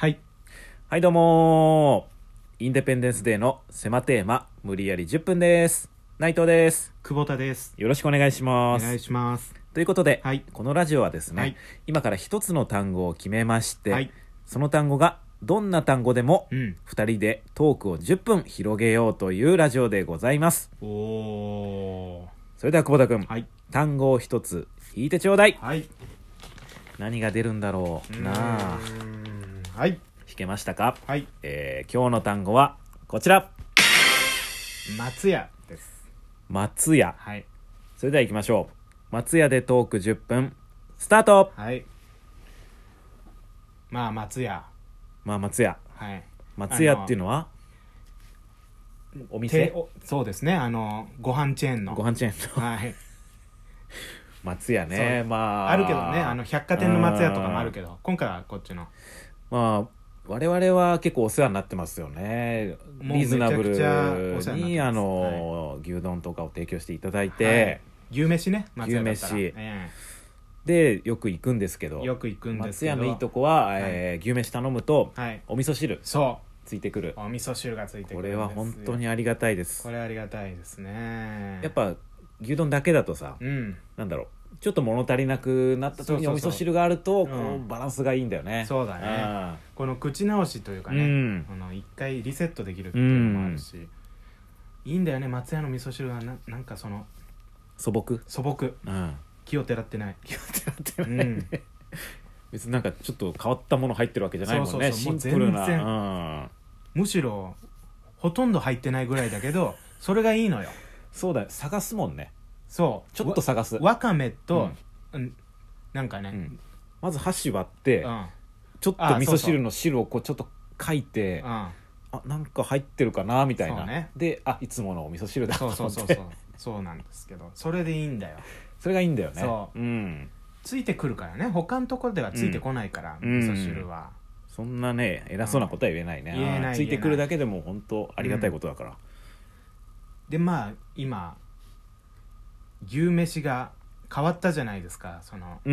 はい。 はいどうもインデペンデンスデーの狭テーマ無理やり10分です。内藤です。 久保田です。 よろしくお願いしおます。 願いします。 ということで、 はい。 このラジオはですね、 はい。 今から一つの単語を決めまして、 はい。 その単語がどんな単語でも2人でトークを10分広げようというラジオでございます。 おー。 それでは久保田君、 はい。 単語を一つ引いてちょうだい。 はい。 何が出るんだろうなあ。 はい。 引けましたか？ はい。 今日の単語はこちら、 松屋です。 松屋。 はい。 それでは行きましょう。松屋でトーク10分スタート。 はい。まあ松屋。 松屋。 はい。 松屋っていうのはお店？ そうですね。ご飯チェーンの。 ご飯チェーンのはい。 松屋ね。まああるけどね。百貨店の松屋とかもあるけど、今回はこっちの。 まあ我々は結構お世話になってますよね。 もうリーズナブルめちゃくちゃお世話にになってます牛丼とかを提供していただいて、 牛飯ね。松屋だったら。 牛飯でよく行くんですけど、 よく行くんですけど。 松屋のいいとこは、 はい牛飯頼むと、 はい。 お味噌汁そついてくる。 う。お味噌汁がついてくるんですよ。 これは本当にありがたいです。 これありがたいですね。 やっぱ牛丼だけだとさ、なんだろう、ちょっと物足りなくなった時にお味噌汁があるとこうバランスがいいんだよね。 そうだね。この口直しというかね、一回リセットできるっていうのもあるし、いいんだよね。松屋の味噌汁はなんかその素朴、 気をてらってない。 別になんかちょっと変わったもの入ってるわけじゃないもんね。シンプルな、 むしろほとんど入ってないぐらいだけど、それがいいのよ。 そうだ、探すもんね。 そうちょっと探す。 わかめと、なんかね、 まず箸割って、ちょっと味噌汁の汁をこうちょっとかいて、なんか入ってるかなみたいな、で、いつものお味噌汁だと思って。 そうなんですけど、それでいいんだよ。 それがいいんだよね。 そう、ついてくるからね。他のところではついてこないから、味噌汁は。 そんなね偉そうなことは言えないね。ついてくるだけでも本当ありがたいことだから。 でまあ今牛飯が変わったじゃないですか。その、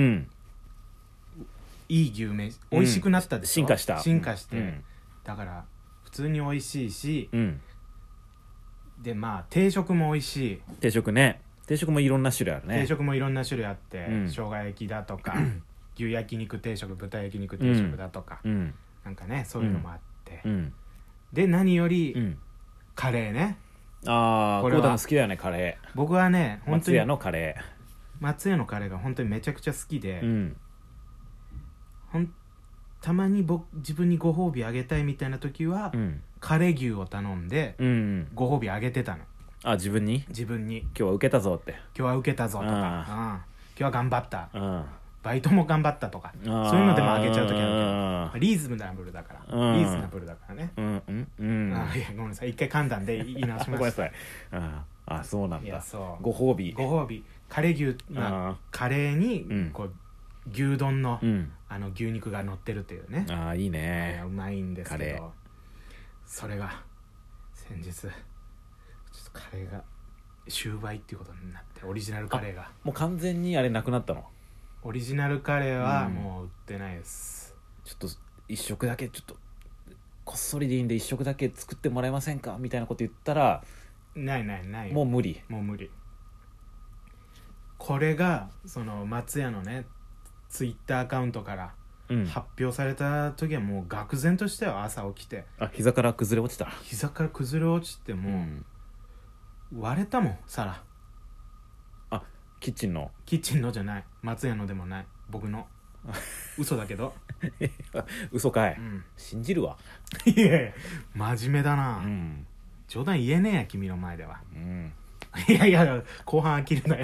いい牛飯美味しくなったでしょ。進化して、だから普通に美味しいし、でまあ定食も美味しい。 定食ね。定食もいろんな種類あるね。 定食もいろんな種類あって、生姜焼きだとか牛焼肉定食、豚焼肉定食だとか、なんかね、そういうのもあって、で何より、カレーね。 これは好きだよね、カレー。 僕はね、本当に松屋のカレーが本当にめちゃくちゃ好きで、たまに自分にご褒美あげたいみたいな時は、カレー牛を頼んで、ご褒美あげてたの。 自分に今日は受けたぞって。 今日は受けたぞとか、今日は頑張った、バイトも頑張ったとか、そういうのでもあげちゃう時あるけど、リーズナブルだから、リーズナブルだからね。いやごめんなさい、一回噛んだんで言い直しました。 ごめんなさい。そうなんだ。ご褒美カレー牛、カレーにこう牛丼の牛肉が乗ってるっていうね。 いいね。 うまいんですけど、それが先日ちょっとカレーが終売っていうことになって、オリジナルカレーがもう完全にあれなくなったの？ オリジナルカレーはもう売ってないです。 ちょっと一食だけ、ちょっとこっそりでいいんで一食だけ作ってもらえませんかみたいなこと言ったら、 ないもう無理。 これがその松屋のねツイッターアカウントから発表された時はもう愕然としては、朝起きて膝から崩れ落ちた。 膝から崩れ落ちて、もう割れたもん、皿。 キッチンのじゃない、松屋のでもない、僕の嘘だけど嘘かい、信じるわ。 いやいや真面目だな、冗談言えねえや君の前では。いや後半飽きるなよ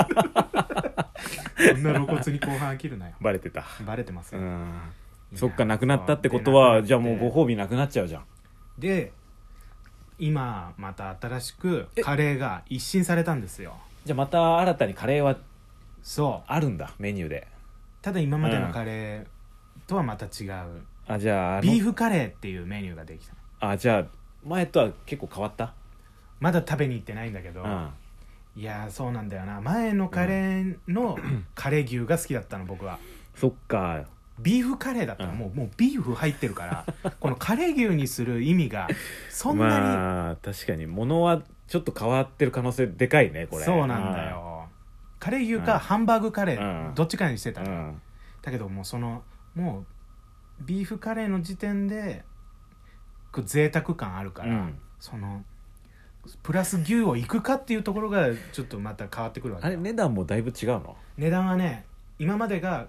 こんな露骨に後半飽きるなよ。 バレてますよ。 そっか、なくなったってことは、じゃあもうご褒美なくなっちゃうじゃん。 で今また新しくカレーが一新されたんですよ。 じゃあまた新たにカレーはそうあるんだ、メニューで。 ただ今までのカレーとはまた違う、 じゃあビーフカレーっていうメニューができた。 じゃあ前とは結構変わった？ まだ食べに行ってないんだけど、いやそうなんだよな。前のカレーのカレー牛が好きだったの、僕は。 そっか。 ビーフカレーだったらもうビーフ入ってるからこのカレー牛にする意味がそんなに、 まあ確かに物はちょっと変わってる可能性でかいねこれ。 そうなんだよ。カレー牛かハンバーグカレーどっちかにしてたら、だけどもうもうビーフカレーの時点で贅沢感あるから、そのプラス牛をいくかっていうところがちょっとまた変わってくるわけ。 あれ値段もだいぶ違うの？ 値段はね今までが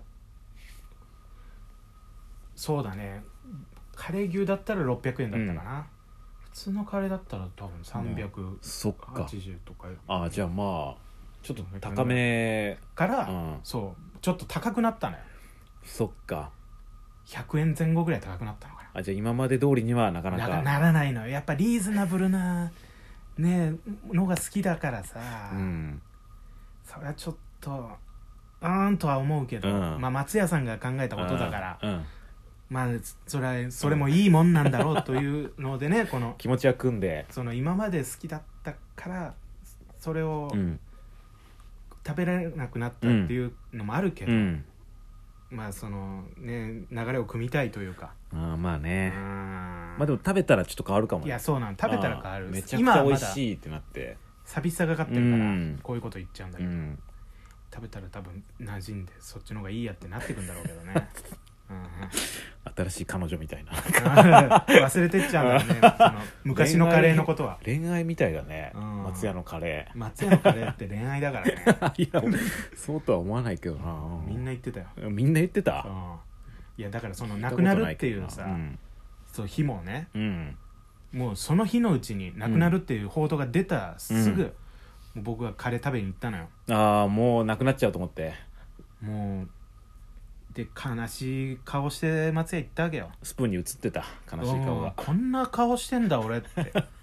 そうだねカレー牛だったら600円だったかな、普通のカレーだったら多分380とか、 あじゃあまあちょっと高めから、そうちょっと高くなったのよ。 そっか 100円前後ぐらい高くなったのかな。 じゃあ今まで通りにはなかなかならないのよ。やっぱリーズナブルなねのが好きだからさ、それはちょっととは思うけど、まあ松屋さんが考えたことだから、まあそれもいいもんなんだろうというのでねこの気持ちは組んでその今まで好きだったからそれを食べられなくなったっていうのもあるけど、まあそのね流れを組みたいというか、 まあね、まあでも食べたらちょっと変わるかもね。 いやそうなん食べたら変わる。 めちゃくちゃ美味しいってなって寂しさがかってるからこういうこと言っちゃうんだけど、食べたら多分馴染んでそっちの方がいいやってなってくんだろうけどね新しい彼女みたいな忘れてっちゃうんだよねその昔のカレーのことは。 恋愛みたいだね、松屋のカレー。 松屋のカレーって恋愛だからねいやそうとは思わないけどな。 みんな言ってたよ。 みんな言ってた。 いやだからそのなくなるっていうさ、そう日もね、もうその日のうちになくなるっていう報道が出たすぐ、もう僕はカレー食べに行ったのよ。 もうなくなっちゃうと思って。 もうで悲しい顔して松屋行ったわけよ。 スプーンに映ってた悲しい顔が。 こんな顔してんだ俺って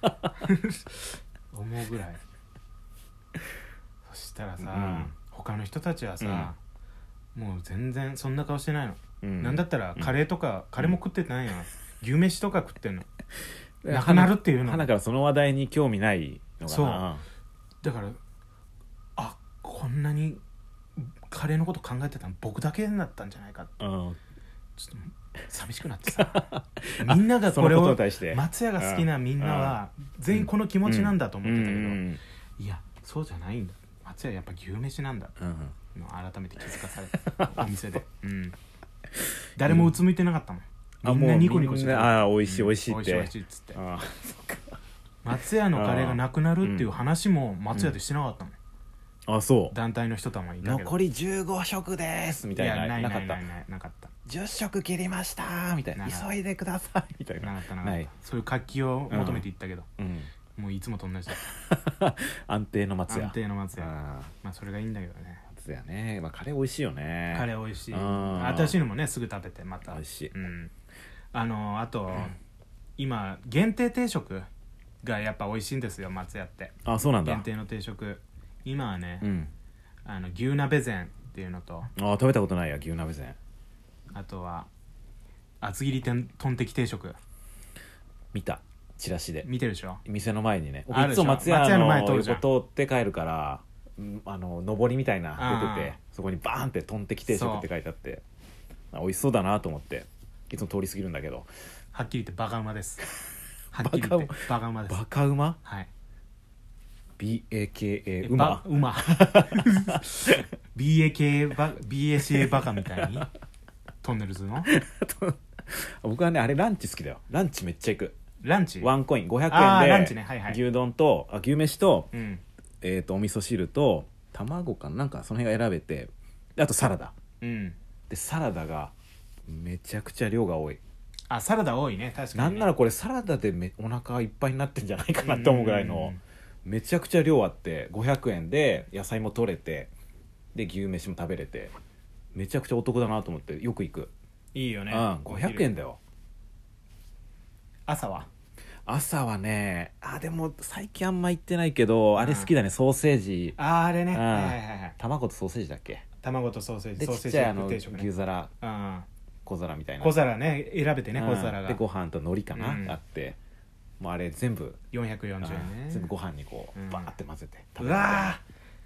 思うぐらい。そしたらさ、他の人たちはさ、もう全然そんな顔してないの、なんだったらカレーとか、カレーも食ってないよ、牛飯とか食ってんのなくなるっていうの。 花からその話題に興味ないのかな。 そうだからこんなにカレーのこと考えてたの僕だけだったんじゃないかって、ちょっと寂しくなってさみんながこれを松屋が好きなみんなは全員この気持ちなんだと思ってたけど、いやそうじゃないんだ、松屋やっぱ牛飯なんだ、改めて気づかされたお店で、誰もうつむいてなかったもん、みんなニコニコしてた。 美味しい美味しいって美味しいっつって、松屋のカレーがなくなるっていう話も松屋でしてなかったもん。 そう団体の人ともいたけど残り15食ですみたいな。 なかった 10食切りましたみたいな、急いでくださいみたいな。 なかったそういう活気を求めていったけど、もういつもと同じだ安定の松屋。 まあそれがいいんだけどね。 松屋ね、カレー美味しいよね。 カレー美味しい。新しいのもねすぐ食べてまた美味しい。 あと今限定定食がやっぱ美味しいんですよ松屋って。 そうなんだ。 限定の定食今はね、牛鍋膳っていうのと、 食べたことないや牛鍋膳。 あとは厚切りトンテキ定食見たチラシで。 見てるでしょ。 店の前にね、いつも松屋の横通って帰るから上りみたいな出てて、そこにバーンってトンテキ定食って書いてあって、美味しそうだなと思っていつも通り過ぎるんだけど、 はっきり言ってバカうまです。はっきり言ってバカうまです。 バカうま。 はい。 BAKA うま BACA バカみたいにトンネルズの僕はねあれランチ好きだよ。ランチめっちゃ行く。 ランチワンコイン500円でランチね、 牛丼と牛飯と、お味噌汁と卵かなんかその辺が選べて、あとサラダ、でサラダがめちゃくちゃ量が多い。 サラダ多いね確かにね。 なんならこれサラダでお腹いっぱいになってんじゃないかなって思うぐらいのめちゃくちゃ量あって、500円で野菜も取れてで牛飯も食べれてめちゃくちゃお得だなと思ってよく行く。 いいよね。 500円だよ。朝はねでも最近あんま行ってないけど、あれ好きだね、ソーセージ。 あれね、 卵とソーセージだっけ。 卵とソーセージでちっちゃい牛皿、小皿みたいな小皿ね選べてね、小皿がでご飯と海苔かな、あってもうあれ全部 440円ね。 全部ご飯にこうバーって混ぜてうわ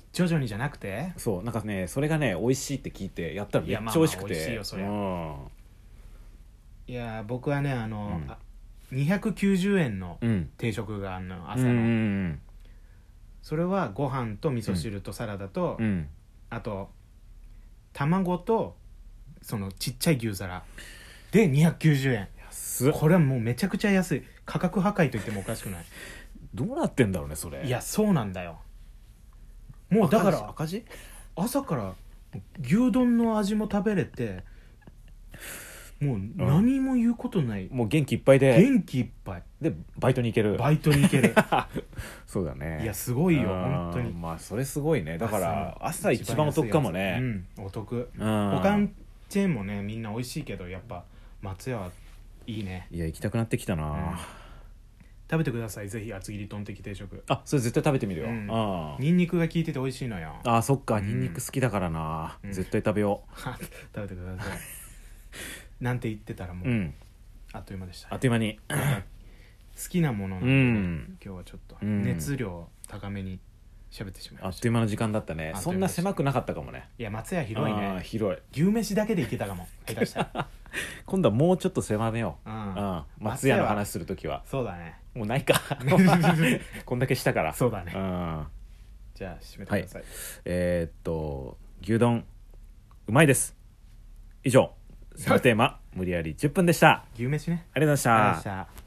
徐々にじゃなくて、 そうなんかねそれがね美味しいって聞いてやったらめっちゃ美味しくて、 いやまあまあ美味しいよそりゃうん、 いや僕はねん 290円のうん定食があるのうんう朝の、 んそれはご飯と味噌汁とサラダと、 うんあと卵とそのちっちゃい牛皿で290円。 安っ。 これはもうめちゃくちゃ安い。価格破壊と言ってもおかしくない。 どうなってんだろうねそれ。 いやそうなんだよ。もうだから赤字朝から牛丼の味も食べれて、もう何も言うことない、 もう元気いっぱいで元気いっぱいでバイトに行ける。 バイトに行けるそうだね。 いやすごいようん本当に。 まあそれすごいね。だから朝一番お得かもね。 うんお得。 うん他のチェーンもねみんな美味しいけどやっぱ松屋はいいね。 いや行きたくなってきたな、 うん食べてくださいぜひ厚切りトンテキ定食。 あそれ絶対食べてみるよ、 うんあニンニクが効いてて美味しいのよ。 あそっか、 うんニンニク好きだからな、 うん絶対食べよ食べてくださいなんて言ってたらもう。 う、 うんあっという間でしたあっという間に。 好きなものなんで、 うん今日はちょっとうん熱量高めに喋ってしまいあっました。 という間の時間だったね。そんなあっという間でした狭くなかったかもね。 いや松屋広いあーね。 広い。 牛飯だけでいけたかも下手したら今度はもうちょっと狭めよう、 うん松屋の話するときはそうだねもうないかこんだけしたから。 そうだねんじゃあ締めてください、 牛丼うまいです。以上サブテーマ無理やり10分でした。 牛飯ね。 ありがとうございました。 ありがとうございました。